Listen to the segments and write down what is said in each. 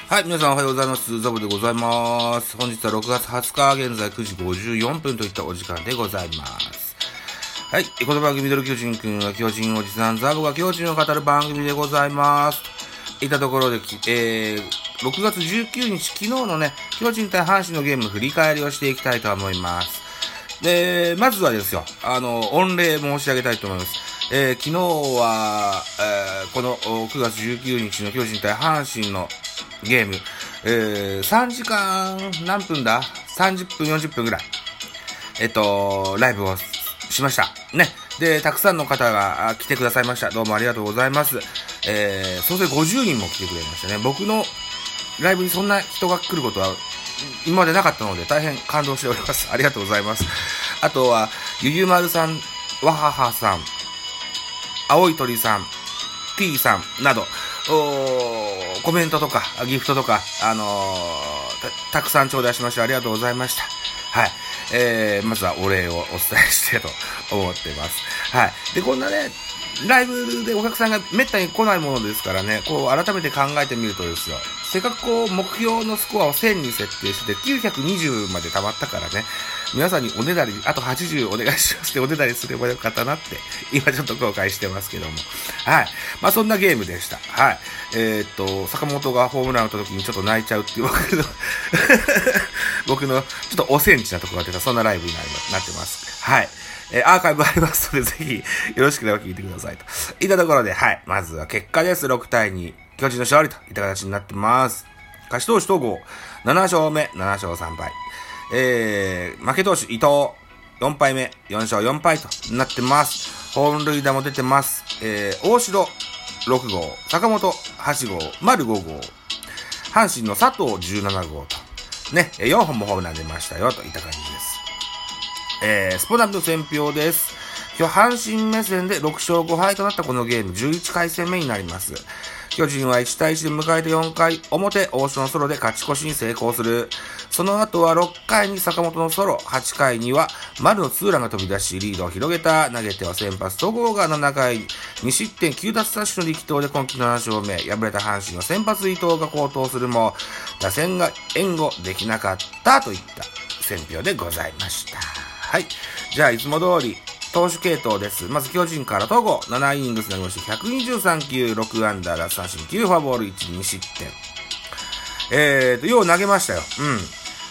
はい、皆さんおはようございます。ザボでございます。本日は6月20日、現在9時54分といったお時間でございます。はい、この番組ミドル巨人くんは巨人おじさんザボが巨人を語る番組でございます。いったところで、6月19日、昨日のね、巨人対阪神のゲームの振り返りをしていきたいと思います。で、まずはですよ、御礼申し上げたいと思います。昨日は、この9月19日の巨人対阪神のゲーム、3時間何分だ ?30 分40分ぐらい、ライブをしました。ね。で、たくさんの方が来てくださいました。どうもありがとうございます。総勢50人も来てくれましたね。僕のライブにそんな人が来ることは今までなかったので大変感動しております。ありがとうございます。あとは、ゆゆまるさん、わははさん、青い鳥さん、T さんなど、コメントとか、ギフトとか、たくさん頂戴しましてありがとうございました。はい。まずはお礼をお伝えしてと思っています。はい。で、こんなね、ライブでお客さんがめったに来ないものですからね、こう改めて考えてみるとですよ、せっかくこう目標のスコアを1000に設定して920まで溜まったからね、皆さんにおねだり、あと80お願いしますっておねだりすればよかったなって、今ちょっと後悔してますけども。はい。まあそんなゲームでした。はい。坂本がホームラン打った時にちょっと泣いちゃうっていう僕のちょっとおセンチなところが出た、そんなライブになってます。はい。アーカイブありますので、ぜひ、よろしければ聞いてくださいと。いったところで、はい。まずは結果です。6対2。巨人の勝利といった形になってます。勝ち投手統合、7勝目、7勝3敗。負け投手、伊藤、4敗目、4勝4敗となってます。本塁打も出てます。大城、6号、坂本、8号、丸5号、阪神の佐藤、17号と。ね、4本もホームラン出ましたよ、といった感じです。スポナビの選評です。今日阪神目線で6勝5敗となったこのゲーム、11回戦目になります。巨人は1対1で迎えて4回表、大城のソロで勝ち越しに成功する。その後は6回に坂本のソロ、8回には丸のツーランが飛び出し、リードを広げた。投げては先発戸郷が7回、2失点9奪三振の力投で今季7勝目。敗れた阪神は先発伊藤が好投するも、打線が援護できなかったといった選評でございました。はい。じゃあ、いつも通り、投手系統です。まず巨人から戸郷、7イニングス投げまして、123球、6アンダー、奪三振9、フォアボール1、2失点。よう投げましたよ。うん。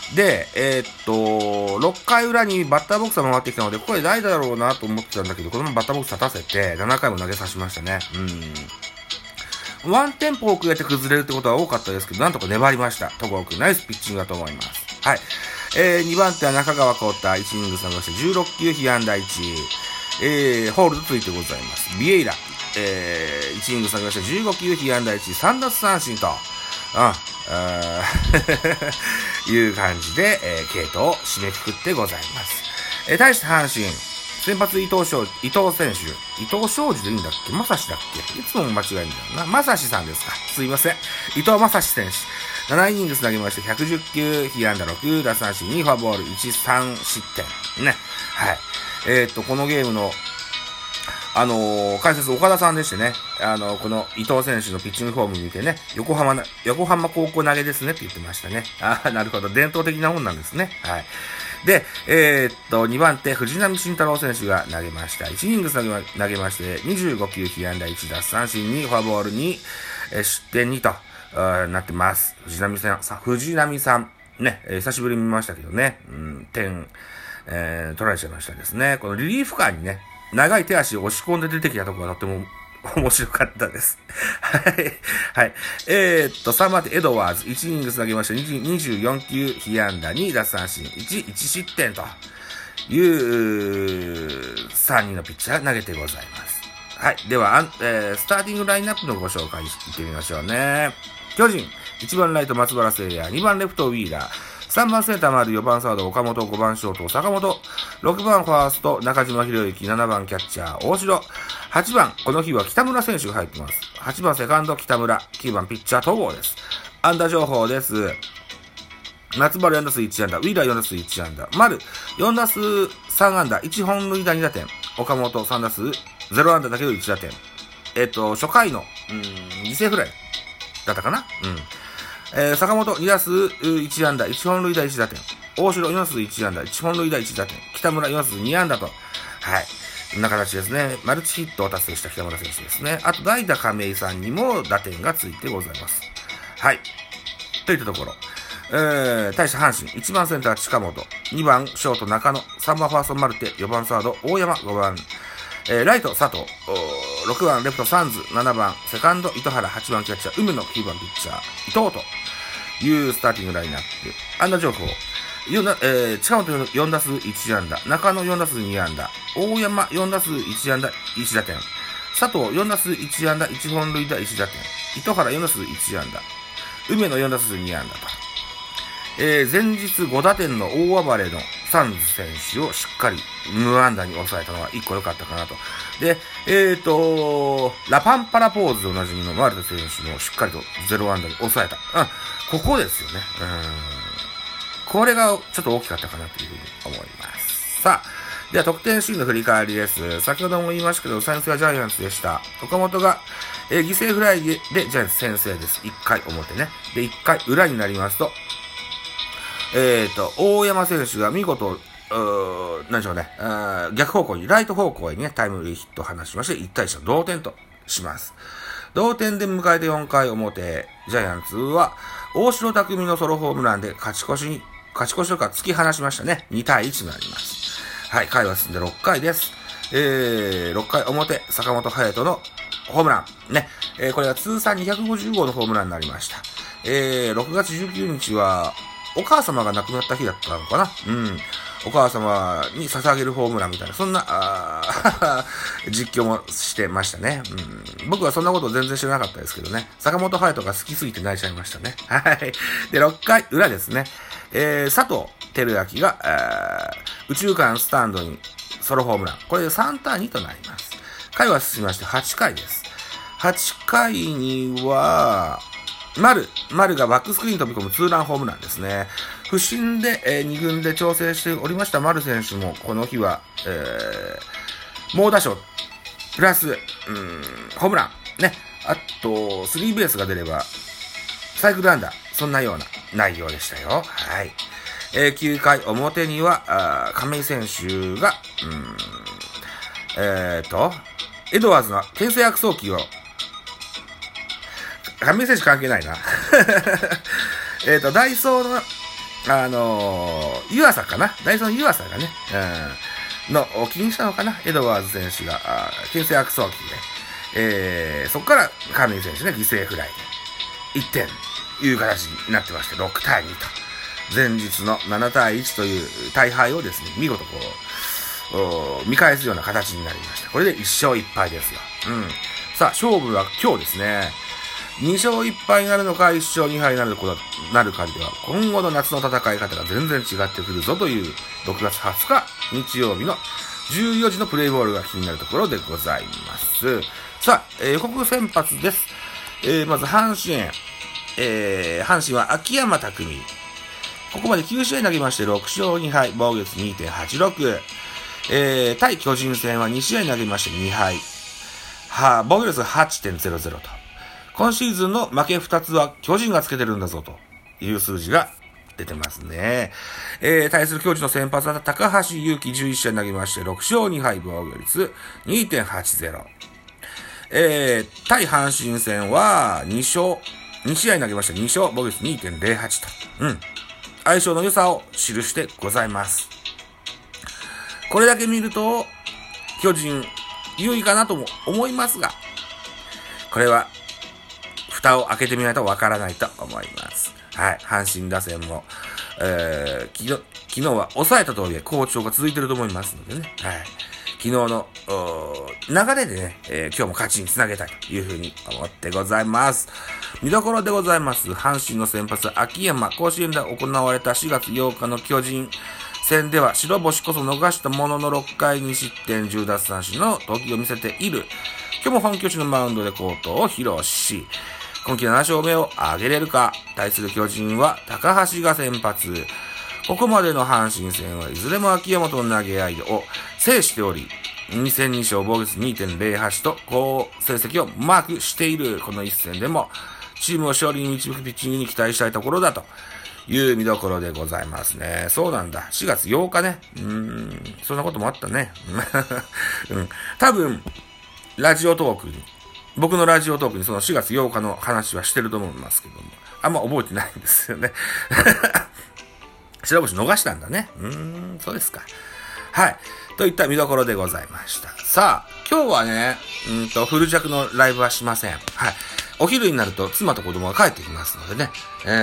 で、6回裏にバッターボックスが回ってきたので、これ代打だろうなと思ってたんだけど、このままバッターボックス立たせて、7回も投げさせましたね。ワンテンポ遅れて崩れるってことは多かったですけど、なんとか粘りました。戸郷君、ナイスピッチングだと思います。はい。2番手は中川幸太、1イニング投げまして16球、被安打1、ホールドついてございます。ビエイラ、1イニング投げまして15球、被安打1、3奪三振と、いう感じで、系統を締めくくってございます。対して阪神、先発伊藤選手、伊藤昌司でいいんだっけ正志だっけいつも間違えるんだよな。正志さんですか。すいません。伊藤正志選手。7イニングス投げまして110球、被安打6、奪三振2、フォアボール1、3失点。ね。はい。このゲームの、解説岡田さんでしてね、この伊藤選手のピッチングフォーム見てね、横浜高校投げですねって言ってましたね。なるほど。伝統的なもんなんですね。はい。で、2番手、藤浪晋太郎選手が投げました。1イニングス投げまして、25球、被安打1、奪三振2、フォアボール2、失点2と、なってます。藤浪さん、ね、久しぶりに見ましたけどね、点、取られちゃいましたですね。このリリーフカーにね、長い手足を押し込んで出てきたところがとっても面白かったです。はい。はい。3番手、エドワーズ。1イニング投げました。24球、被安打2、奪三振1、1失点という3人のピッチャーが投げてございます。はい。では、スターティングラインナップのご紹介してみましょうね。巨人、1番ライト松原聖也、2番レフトウィーラー、3番センター丸、4番サード岡本、5番ショート坂本、6番ファースト中島博之、7番キャッチャー大城、8番、この日は北村選手が入ってます。8番セカンド北村、9番ピッチャー戸郷です。安打情報です。松原4打数1安打、ウィーラー4打数1安打、丸4打数3安打、1本塁打2打点、岡本3打数0安打だけど1打点。初回の、犠牲フライだったかな坂本2打数1安打、1本塁打1打点。大城4打数1安打、1本塁打1打点。北村4打数2安打と。はい。こんな形ですね。マルチヒットを達成した北村選手ですね。あと、代打亀井さんにも打点がついてございます。はい。といったところ。対して阪神、1番センター近本、2番ショート中野、3番ファーストマルテ、4番サード大山、5番、ライト佐藤、6番レフトサンズ、7番セカンド糸原、8番キャッチャー梅野、9番ピッチャー伊藤というスターティングラインナップ。安打情報。近本4打数1安打、中野4打数2安打、大山4打数1安打1打点、佐藤4打数1安打1本塁打1打点、糸原4打数1安打、梅野4打数2安打と。前日5打点の大暴れのサンズ選手をしっかり無安打に抑えたのは1個良かったかなと。で、ラパンパラポーズでおなじみのマルテ選手もしっかりと0安打に抑えた。ここですよね。これがちょっと大きかったかなというふうに思います。さあ、では得点シーンの振り返りです。先ほども言いましたけど、先制はジャイアンツでした。岡本が、犠牲フライでジャイアンツ先制です。1回表ね。で、1回裏になりますと、大山選手が見事、何でしょうね、逆方向に、ライト方向にね、タイムリーヒットを放しまして、1対1の同点とします。同点で迎えて4回表、ジャイアンツは、大城匠のソロホームランで勝ち越しとか突き放しましたね。2対1になります。はい、回は進んで6回です。6回表、坂本勇人のホームラン。ね、これは通算250号のホームランになりました。6月19日は、お母様が亡くなった日だったのかな。お母様に捧げるホームランみたいな、そんな、実況もしてましたね。僕はそんなこと全然知らなかったですけどね。坂本勇人が好きすぎて泣いちゃいましたね。はい。で、6回裏ですね。佐藤輝明が、右中間スタンドにソロホームラン。これで3対2となります。回は進みまして8回です。8回には、丸がバックスクリーンに飛び込むツーランホームランですね。不振で、2軍で調整しておりました丸選手も、この日は、猛打賞、プラス、ホームラン、ね。あと、スリーベースが出れば、サイクル安打、そんなような内容でしたよ。はい。9回表には、亀井選手が、エドワーズの牽制悪送球を、亀井選手関係ないな。ダイソーの、湯浅かな、ダイソーの湯浅がね、気にしたのかな、エドワーズ選手が、牽制悪送球で、そこから亀井選手ね、犠牲フライで、1点、いう形になってまして、6対2と、前日の7対1という大敗をですね、見事見返すような形になりました。これで1勝1敗ですよ。さあ、勝負は今日ですね。2勝1敗になるのか、1勝2敗になるかでは、今後の夏の戦い方が全然違ってくるぞという、6月20日、日曜日の14時のプレイボールが気になるところでございます。さあ、予告先発です。まず阪神は秋山拓実。ここまで9試合投げまして、6勝2敗、防御率 2.86。対巨人戦は2試合投げまして2敗。防御率 8.00 と。今シーズンの負け2つは巨人がつけてるんだぞという数字が出てますね。対する巨人の先発は高橋優貴11試合投げまして6勝2敗防御率 2.80。対阪神戦は2試合投げまして2勝防御率 2.08 と。相性の良さを記してございます。これだけ見ると巨人優位かなとも思いますが、これは蓋を開けてみないとわからないと思います。はい。阪神打線も、昨日は抑えたとはいえ好調が続いていると思いますのでね。はい。昨日の流れでね、今日も勝ちにつなげたいというふうに思ってございます。見どころでございます。阪神の先発、秋山、甲子園で行われた4月8日の巨人戦では白星こそ逃したものの6回2失点10奪三振の投球を見せている。今日も本拠地のマウンドで好投を披露し、今季7勝目を挙げれるか。対する巨人は高橋が先発。ここまでの阪神戦はいずれも秋山との投げ合いを制しており、2戦2勝防御率 2.08 と好成績をマークしている。この一戦でもチームを勝利に導くピッチングに期待したいところだという見どころでございますね。そうなんだ。4月8日ね。そんなこともあったね。多分、僕のラジオトークにその4月8日の話はしてると思いますけども、あんま覚えてないんですよね。白星逃したんだね。そうですか。はい。といった見どころでございました。さあ、今日はね、フル弱のライブはしません。はい。お昼になると妻と子供が帰ってきますのでね。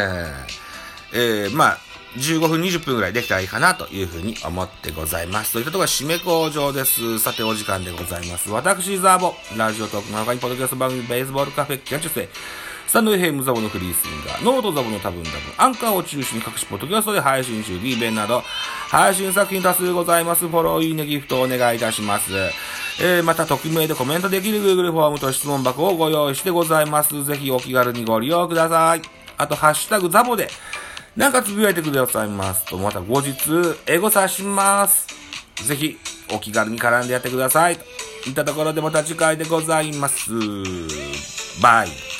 まあ、15分、20分ぐらいできたらいいかなというふうに思ってございます。といったところが締め工場です。さて、お時間でございます。私、ザボ、ラジオトークの他にポッドキャスト番組、ベースボールカフェ、キャッチュセイ、スタンドFMザボのフリースインガー、ノートザボの多分多分、アンカーを中心に各種ポッドキャストで配信中、リーベンなど、配信作品多数ございます。フォロー、いいね、ギフトをお願いいたします。また、匿名でコメントできる Google フォームと質問箱をご用意してございます。ぜひお気軽にご利用ください。あと、ハッシュタグザボで、なんかつぶやいてくださいますと、また後日、エゴサします。ぜひ、お気軽に絡んでやってください。といったところでまた次回でございます。バイ。